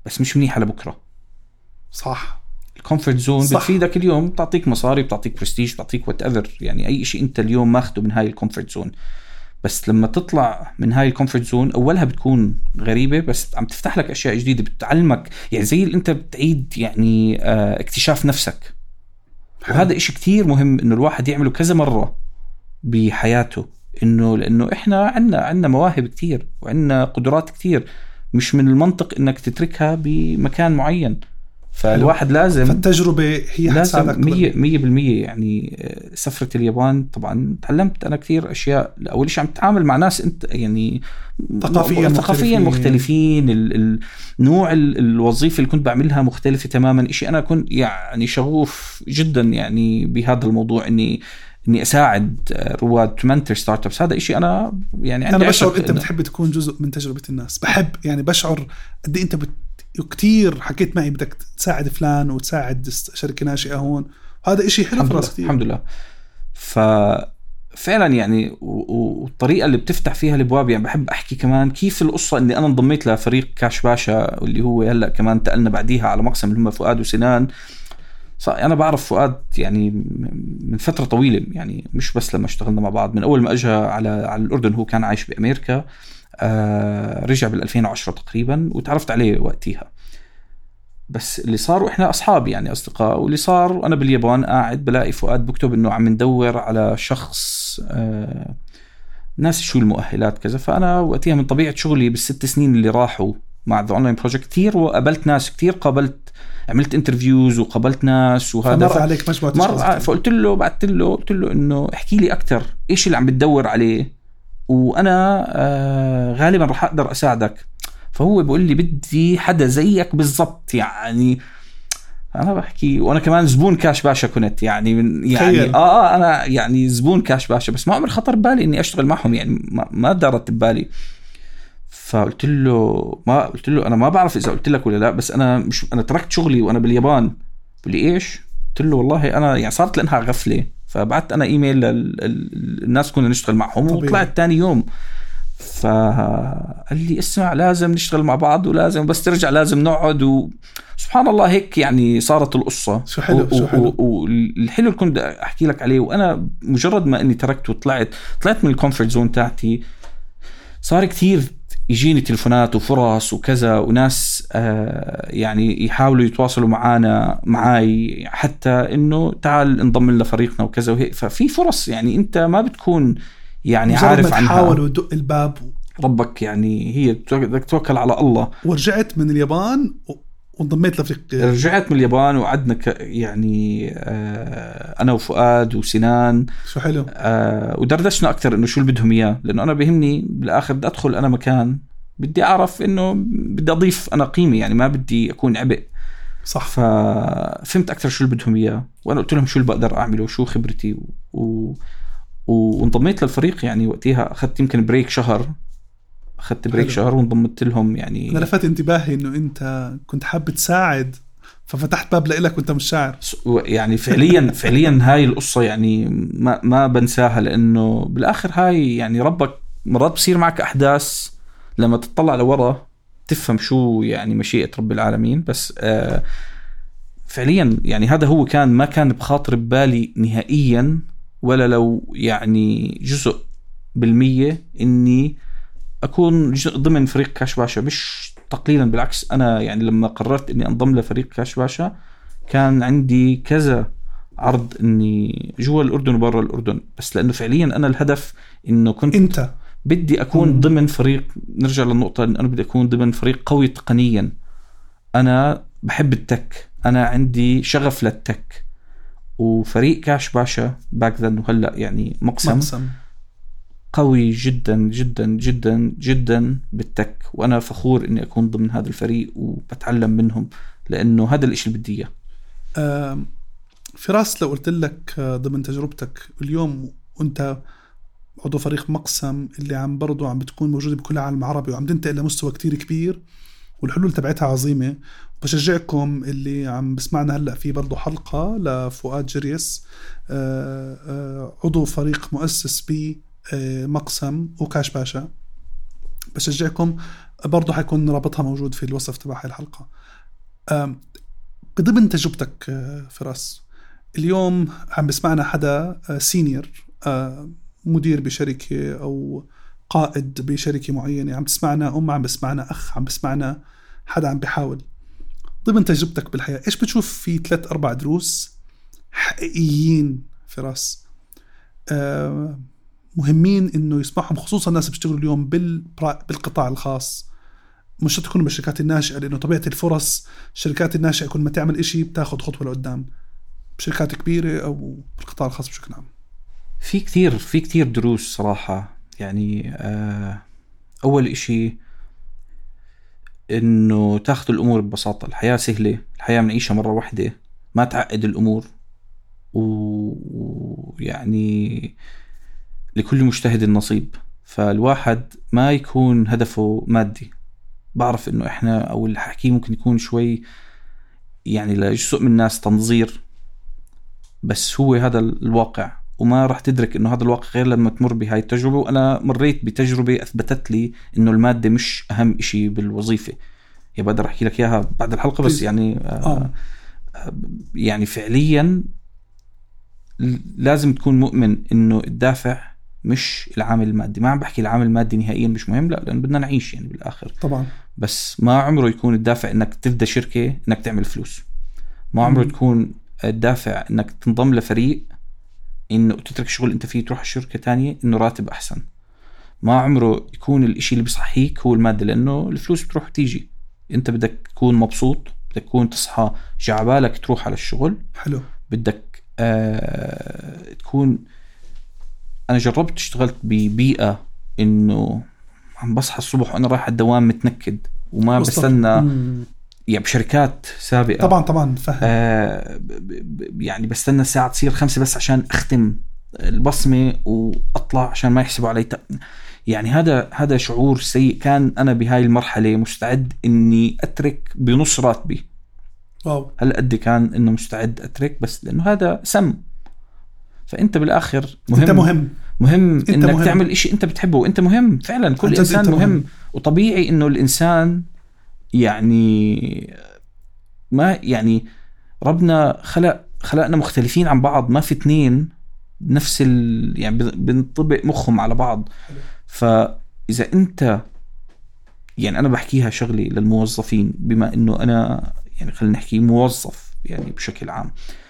بس مش منيحة لبكرة. صح. الكومفورت زون بتفيدك اليوم، بتعطيك مصاري، بتعطيك برستيج، بتعطيك وات ايفر، يعني اي شيء انت اليوم ماخده من هاي الكومفورت زون. بس لما تطلع من هاي الكومفورت زون اولها بتكون غريبة، بس عم تفتح لك اشياء جديدة، بتعلمك يعني زي اللي انت بتعيد يعني اكتشاف نفسك. وهذا إشي كتير مهم انه الواحد يعمله كذا مرة بحياته، لانه احنا عندنا مواهب كتير وعندنا قدرات كتير، مش من المنطق انك تتركها بمكان معين. فالواحد لازم، فالتجربة هي لازم 100%. يعني سفرة اليابان طبعا تعلمت أنا كثير أشياء. أول شيء عم تتعامل مع ناس أنت يعني ثقافيا مختلفين. نوع الوظيفة اللي كنت بعملها مختلفة تماما. إشي أنا كنت يعني شغوف جدا يعني بهذا الموضوع، إني أساعد رواد منتور ستارت ابس. هذا إشي أنا يعني أنا بشعر أنت بتحب تكون جزء من تجربة الناس. بحب يعني بشعر قد أنت كتير حكيت معي بدك تساعد فلان وتساعد شركة ناشئة هون. هذا إشي حلو في راسي. الحمد لله. ففعلا يعني والطريقة اللي بتفتح فيها الابواب. يعني بحب احكي كمان كيف القصة اني انا انضميت لفريق كاش باشا، واللي هو هلا كمان انتقلنا بعديها على مقسم اللي هم فؤاد وسنان. انا بعرف فؤاد يعني من فترة طويلة، يعني مش بس لما اشتغلنا مع بعض، من اول ما اجى على الأردن. هو كان عايش بأمريكا، رجع بال2010 تقريبا، وتعرفت عليه وقتها. بس اللي صار احنا اصحاب يعني اصدقاء. واللي صار وانا باليابان قاعد بلاقي فؤاد بكتب انه عم ندور على شخص، ناس شو المؤهلات كذا. فانا وقتها من طبيعة شغلي بالست سنين اللي راحوا مع The Online Project كتير، وقابلت ناس كتير، عملت انترفيوز وقابلت ناس وهذا. فمر عليك مجموعة فقلت له، قلت له انه احكي لي اكتر ايش اللي عم بتدور عليه، وانا غالبا رح اقدر اساعدك. فهو بيقول لي بدي حدا زيك بالضبط. يعني انا بحكي وانا كمان زبون كاش باشا كنت، يعني انا يعني زبون كاش باشا، بس ما عمر خطر ببالي اني اشتغل معهم، يعني ما دارت ببالي. فقلت له انا ما بعرف اذا قلت لك ولا لا، بس انا تركت شغلي وانا باليابان. بقول لي ايش؟ قلت له والله انا يعني صارت لانها غفله، فبعت انا ايميل للناس كنا نشتغل معهم طبيعي. وطلعت تاني يوم فقال لي اسمع لازم نشتغل مع بعض، ولازم بس ترجع لازم نقعد. وسبحان الله هيك يعني صارت القصة. شو حلو. والحلو اللي كنت أحكي لك عليه، وأنا مجرد ما أني تركت وطلعت من الكومفورت زون تاعتي، صار كتير يجيني تلفونات وفرص وكذا، وناس يعني يحاولوا يتواصلوا معاي حتى إنه تعال انضم لنا فريقنا وكذا وهيك. ففي فرص يعني أنت ما بتكون يعني عارف عنها. تحاول ودق الباب ربك يعني هي بدك توكل على الله. ورجعت من اليابان وانضميت لفريق. رجعت من اليابان وعدنا يعني أنا وفؤاد وسنان. شو حلو. ودردشنا أكتر إنه شو اللي بدهم إياه، لأنه أنا بهمني بالآخر بدي أدخل أنا مكان بدي أعرف إنه بدي أضيف أنا قيمة، يعني ما بدي أكون عبء. صح. ففهمت أكتر شو اللي بدهم إياه، وأنا قلت لهم شو اللي بقدر أعمله وشو خبرتي وانضميت للفريق. يعني وقتها أخذت يمكن بريك شهر وانضمت لهم. يعني أنا لفت انتباهي إنه أنت كنت حابب تساعد، ففتحت باب لإلك وأنت مش شاعر. يعني فعليا هاي القصة يعني ما بنساها، لأنه بالآخر هاي يعني ربك مرات بصير معك أحداث لما تطلع لورا تفهم شو يعني مشيئة رب العالمين. بس فعليا يعني هذا هو ما كان بخاطر ببالي نهائيا، ولا لو يعني جزء بالمية إني أكون ضمن فريق كاش باشا، مش تقليلا بالعكس. أنا يعني لما قررت إني أنضم لفريق كاش باشا كان عندي كذا عرض إني جوا الأردن وبرا الأردن، بس لأنه فعليا أنا الهدف إنه كنت بدي أكون ضمن فريق. نرجع للنقطة إن أنا بدي أكون ضمن فريق قوي تقنيا. أنا بحب التك، أنا عندي شغف للتك، وفريق كاش باشا باك ذن وهلأ يعني مقسم قوي جدا جدا جدا جدا بالتك. وأنا فخور إني أكون ضمن هذا الفريق وبتعلم منهم، لأنه هذا الإشي اللي بدي إياه. فراس، لو قلت لك ضمن تجربتك اليوم وأنت عضو فريق مقسم اللي برضو عم بتكون موجودة بكل العالم العربي وعم تنتقل لمستوى كتير كبير والحلول تبعتها عظيمة، بشجعكم اللي عم بسمعنا هلأ في برضو حلقة لفؤاد جريس، عضو فريق مؤسس بي مقسم وكاش باشا. بشجعكم برضو حيكون رابطها موجود في الوصف تبع هاي الحلقة. بضمن تجربتك فراس، اليوم عم بسمعنا حدا سينيور، مدير بشركة أو قائد بشركة معينة، عم تسمعنا عم بسمعنا أخ، عم بسمعنا حدا عم بيحاول. ضمن تجربتك بالحياة إيش بتشوف في 3-4 دروس حقيقيين فراس مهمين إنه يسمعهم، خصوصا الناس بيشتغلوا اليوم بالقطاع الخاص، مش تكونوا بالشركات الناشئة، لأنه طبيعة الفرص الشركات الناشئة كل ما تعمل إشي بتاخد خطوة لقدام، بشركات كبيرة أو بالقطاع الخاص بشكل عام. في كتير دروس صراحة. يعني أول إشي إنه تاخذ الأمور ببساطة. الحياة سهلة، الحياة بنعيشها مرة واحدة، ما تعقد الأمور. ويعني لكل مجتهد النصيب. فالواحد ما يكون هدفه مادي. بعرف إنه إحنا أو الحكي ممكن يكون شوي يعني لجزء من الناس تنظير، بس هو هذا الواقع، وما راح تدرك إنه هذا الواقع غير لما تمر بهاي التجربة. وأنا مريت بتجربة أثبتت لي إنه المادة مش أهم إشي بالوظيفة. يا بقدر أحكي لك إياها بعد الحلقة، بس يعني يعني فعليا لازم تكون مؤمن إنه الدافع مش العامل المادي. ما عم بحكي العامل المادي نهائيا مش مهم، لا، لأن بدنا نعيش يعني بالآخر طبعا. بس ما عمره يكون الدافع إنك تبدأ شركة إنك تعمل فلوس. ما عمره تكون الدافع إنك تنضم لفريق، إنه تترك شغل أنت فيه تروح شركة تانية إنه راتب أحسن. ما عمره يكون الإشي اللي بيصحيك هو المادة، لأنه الفلوس بتروح وتيجي. أنت بدك تكون مبسوط، بدك تكون تصحى جعبالك تروح على الشغل حلو، بدك تكون. أنا جربت اشتغلت ببيئة إنه عم بصحى الصبح وأنا رايح الدوام متنكد وما بستنى يعني بشركات سابقة. طبعا فهم. يعني بستنى الساعة تصير 5 بس عشان أختم البصمة وأطلع عشان ما يحسبوا علي. يعني هذا شعور سيء. كان أنا بهاي المرحلة مستعد إني أترك بنص راتبي. هل قد كان إنه مستعد أترك، بس لأنه هذا سم. فأنت بالآخر مهم إنك مهم. تعمل إشي أنت بتحبه، وأنت مهم فعلا. كل إنسان مهم. وطبيعي إنه الإنسان يعني ما يعني ربنا خلقنا مختلفين عن بعض، ما في اثنين نفس يعني بنطبق مخهم على بعض. فإذا أنت يعني أنا بحكيها شغلي للموظفين، بما إنه أنا يعني خلينا نحكي موظف يعني بشكل عام.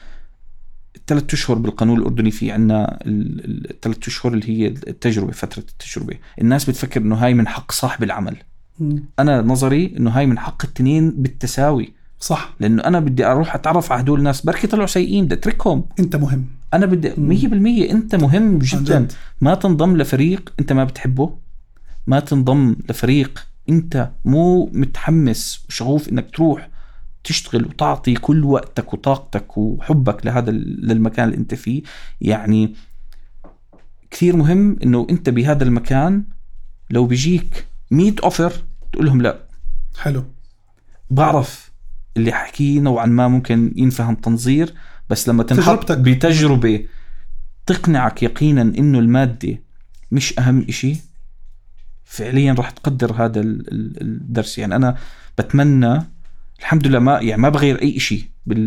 3 أشهر بالقانون الأردني في عنا 3 أشهر اللي هي التجربة، فترة التجربة. الناس بتفكر إنه هاي من حق صاحب العمل. أنا نظري إنه هاي من حق التنين بالتساوي. صح، لأنه أنا بدي أروح أتعرف على هدول الناس، بركي طلعوا سيئين، بدي أتركهم. أنت مهم. أنا بدي 100% أنت مهم جدا. ما تنضم لفريق أنت ما بتحبه، ما تنضم لفريق أنت مو متحمس وشغوف إنك تروح تشتغل وتعطي كل وقتك وطاقتك وحبك للمكان اللي أنت فيه. يعني كثير مهم إنه أنت بهذا المكان لو بيجيك 100 أوفر تقول لهم لا. حلو. بعرف اللي حكيه نوعا ما ممكن ينفهم تنظير، بس لما تنحط بتجربة تقنعك يقينا إنه المادة مش أهم إشي، فعليا راح تقدر هذا الدرس. يعني أنا بتمنى الحمد لله ما بغير أي إشي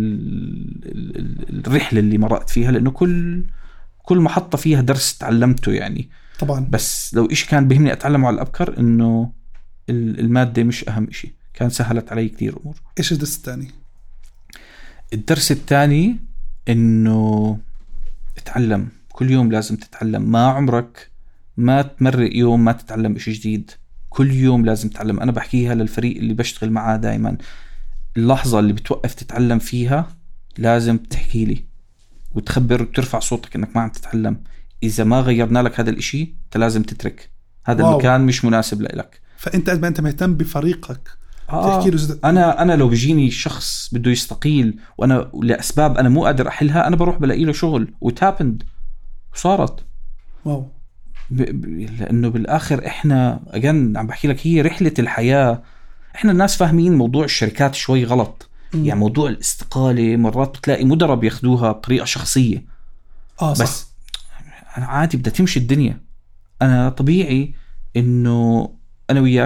بالرحلة اللي مرقت فيها، لأنه كل محطة فيها درس تعلمته يعني. طبعا. بس لو إشي كان بهمني أتعلمه على الأبكر إنه المادة مش أهم إشي، كان سهلت علي كتير أمور. إيش الدرس الثاني؟ الدرس الثاني إنه اتعلم كل يوم. لازم تتعلم. ما عمرك ما تمرق يوم ما تتعلم إشي جديد. كل يوم لازم تتعلم. أنا بحكيها للفريق اللي بشتغل معاه دايما، اللحظة اللي بتوقف تتعلم فيها لازم تحكي لي وتخبر وترفع صوتك إنك ما عم تتعلم. إذا ما غيرنا لك هذا الإشي أنت لازم تترك هذا المكان، مش مناسب لك. فأنت قد ما أنت مهتم بفريقك تحكي له. أنا لو بيجيني شخص بده يستقيل وأنا لأسباب أنا مو قادر أحلها، أنا بروح بلاقي له شغل. وتابند وصارت. واو. لأنه بالآخر إحنا عم بحكي لك هي رحلة الحياة. إحنا الناس فاهمين موضوع الشركات شوي غلط. يعني موضوع الاستقالة مرات بتلاقي مدراء بياخدوها بطريقة شخصية. صح. بس أنا عادي بدها تمشي الدنيا. أنا طبيعي إنه أنا وياك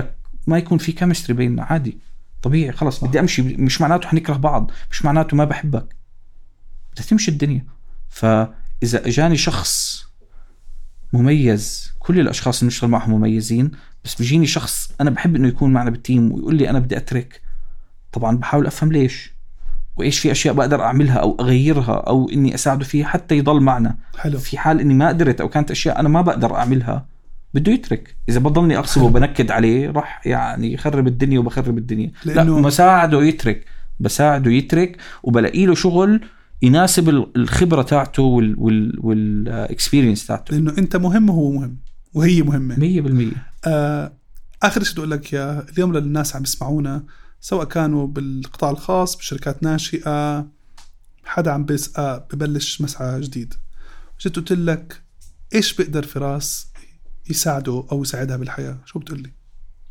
ما يكون في كيمستري بيننا عادي طبيعي خلاص بدي أمشي. مش معناته حنكره بعض، مش معناته ما بحبك، بدها تمشي الدنيا. فإذا أجاني شخص مميز، كل الأشخاص اللي نشتغل معهم مميزين، بس بيجيني شخص أنا بحب إنه يكون معنا بالتيم ويقول لي أنا بدي أترك، طبعا بحاول أفهم ليش وإيش في أشياء بقدر أعملها أو أغيرها أو إني أساعده فيها حتى يضل معنا. حلو. في حال إني ما قدرت أو كانت أشياء أنا ما بقدر أعملها بده يترك. إذا بضلني أغصبه وبنكد عليه راح يعني يخرب الدنيا وبخرب الدنيا. لا، مساعده يترك، بساعده يترك وبلاقي له شغل يناسب الخبرة تاعته والإكسبيرينس تاعته، لأنه أنت مهم وهو مهم وهي مهمة 100%. آخر شيء أقول لك يا اليوم للناس عم يسمعونا، سواء كانوا بالقطاع الخاص بشركات ناشئة، حدا عم ببلش مسعى جديد، جيت قلت لك إيش بقدر فراس يساعده أو يساعدها بالحياة، شو بتقول لي؟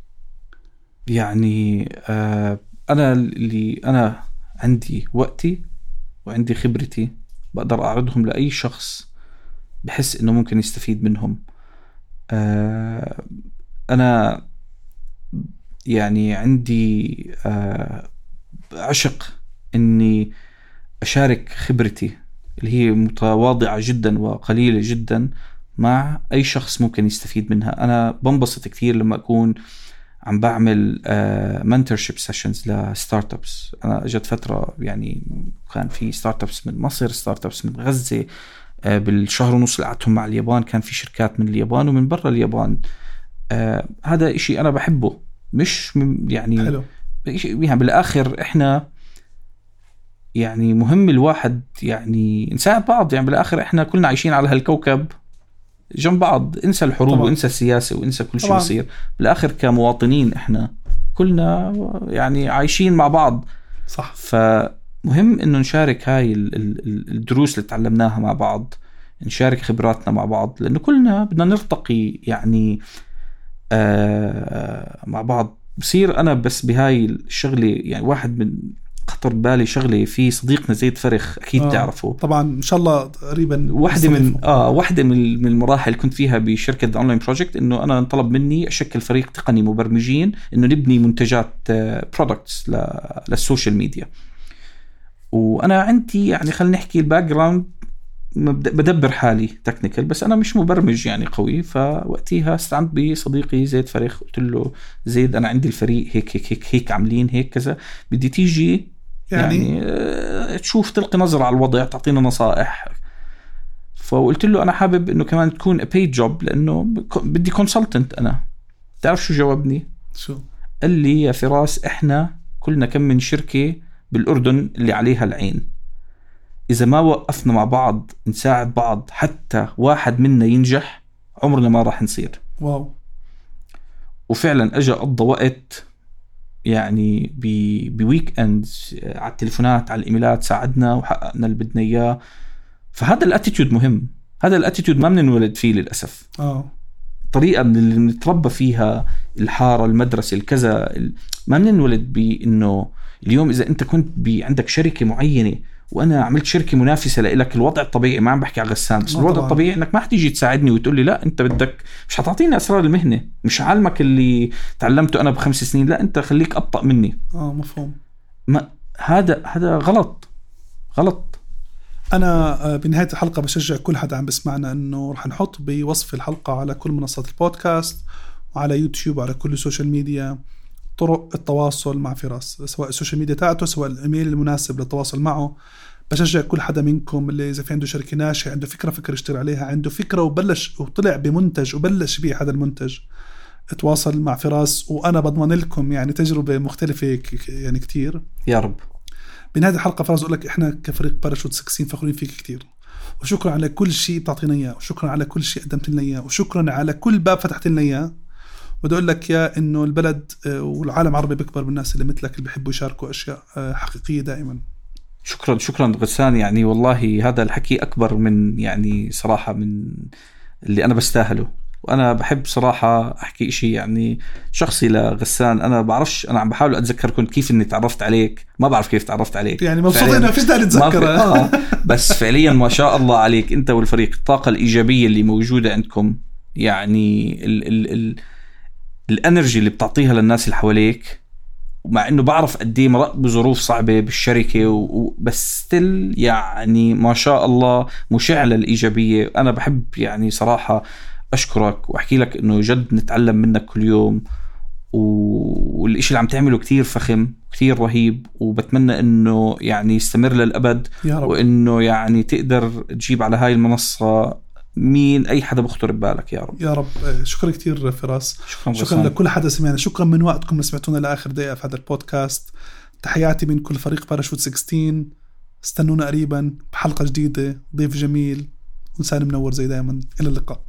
يعني أنا عندي وقتي وعندي خبرتي بقدر أعرضهم لأي شخص بحس إنه ممكن يستفيد منهم. أنا يعني عندي عشق إني أشارك خبرتي اللي هي متواضعة جدا وقليلة جدا مع أي شخص ممكن يستفيد منها. أنا بنبسط كثير لما أكون عم بعمل mentorship sessions لستارت ابس. أنا أجت فترة يعني كان في ستارت ابس من مصر، ستارت ابس من غزة. بالشهر ونص اللي قعدتهم مع اليابان كان في شركات من اليابان ومن برا اليابان. هذا إشي أنا بحبه، مش يعني حلو. يعني بالآخر إحنا يعني مهم الواحد يعني نساعد بعض. يعني بالآخر إحنا كلنا عايشين على هالكوكب جنب بعض. انسى الحروب طبعا. وانسى السياسة وانسى كل شيء بيصير. بالآخر كمواطنين إحنا كلنا يعني عايشين مع بعض. صح. فمهم إنه نشارك هاي الدروس اللي تعلمناها مع بعض، نشارك خبراتنا مع بعض، لأنه كلنا بدنا نرتقي يعني مع بعض. بصير أنا بس بهاي الشغلة يعني واحد من خطر بالي شغلة في صديقنا زيد فرخ أكيد تعرفه طبعا إن شاء الله قريبا. واحدة من المراحل كنت فيها بشركة أونلاين بروجكت إنه أنا انطلب مني أشكل فريق تقني مبرمجين إنه نبني منتجات برودكتس للسوشيال ميديا. وأنا عندي يعني خلينا نحكي الباك جراوند بدبر حالي تكنيكال، بس أنا مش مبرمج يعني قوي. فوقتها استعنت بصديقي زيد فريخ، قلت له زيد أنا عندي الفريق هيك هيك هيك هيك عاملين هيك كذا، بدي تيجي يعني تشوف تلقي نظرة على الوضع، تعطينا نصائح. فقلت له أنا حابب إنه كمان تكون a paid job لأنه بدي consultant. أنا تعرف شو جاوبني؟ شو قال لي يا فراس إحنا كلنا كم من شركة بالأردن اللي عليها العين، إذا ما وقفنا مع بعض نساعد بعض حتى واحد منا ينجح عمرنا ما راح نصير. واو. وفعلا أجا قضى وقت يعني بويك اند على التليفونات على الإيميلات، ساعدنا وحققنا اللي بدنا إياه. فهذا الاتيتيود مهم. هذا الاتيتيود ما بننولد فيه للأسف. طريقة من اللي نتربى فيها، الحارة المدرسة الكذا، ما بننولد بإنه اليوم إذا أنت كنت عندك شركة معينة وأنا عملت شركة منافسة لإلك، الوضع الطبيعي ما عم بحكي على غسان بس الوضع الطبيعي إنك ما حتيجي تساعدني وتقول لي لا أنت بدك مش هتعطيني أسرار المهنة، مش عالمك اللي تعلمته أنا ب5 سنين، لا أنت خليك أبطأ مني. مفهوم. ما هذا غلط. أنا بنهاية الحلقة بشجع كل حدا عم بسمعنا إنه رح نحط بوصف الحلقة على كل منصات البودكاست وعلى يوتيوب وعلى كل السوشيال ميديا طرق التواصل مع فراس، سواء السوشيال ميديا تاعته سواء الإيميل المناسب للتواصل معه. بشجع كل حدا منكم اللي إذا في عنده شركة ناشئة، عنده فكرة يشتغل عليها، عنده فكرة وبلش وطلع بمنتج وبلش بيه هذا المنتج، اتواصل مع فراس وأنا بضمن لكم يعني تجربة مختلفة يعني كتير يا رب. بنهاية الحلقة فراس أقول لك إحنا كفريق باراشوت سكسين فخورين فيك كتير، وشكرا على كل شيء بتعطينا إياه، وشكرا على كل شيء قدمت لنا إياه، وشكرا على كل باب فتحت لنا إياه. بدي أقول لك يا إنه البلد والعالم العربي بيكبر بالناس اللي مثلك اللي بيحبوا يشاركوا أشياء حقيقية دائما. شكرا غسان. يعني والله هذا الحكي أكبر من يعني صراحة من اللي أنا بستاهله. وأنا بحب صراحة أحكي إشي يعني شخصي لغسان. أنا بعرفش، أنا عم بحاول أتذكر كنت كيف إني تعرفت عليك، ما بعرف كيف تعرفت عليك يعني مبسوط إنه فيش داعي نتذكر. بس فعليا ما شاء الله عليك أنت والفريق، الطاقة الإيجابية اللي موجودة عندكم يعني الانرجي اللي بتعطيها للناس اللي حواليك، ومع انه بعرف قد ايه مرق بظروف صعبه بالشركه بس ستيل يعني ما شاء الله مشع للايجابيه. انا بحب يعني صراحه اشكرك واحكي لك انه جد نتعلم منك كل يوم، والإشي اللي عم تعمله كتير فخم كتير رهيب، وبتمنى انه يعني يستمر للأبد يا رب. وانه يعني تقدر تجيب على هاي المنصة مين اي حدا بخطر ببالك يا رب. يا رب. شكرا كتير فراس. شكرا لكل حدا سمعنا. شكرا من وقتكم اللي سمعتونا لآخر دقيقة في هذا البودكاست. تحياتي من كل فريق باراشوت 16. استنونا قريبا بحلقة جديدة، ضيف جميل وإنسان منور زي دائما. إلى اللقاء.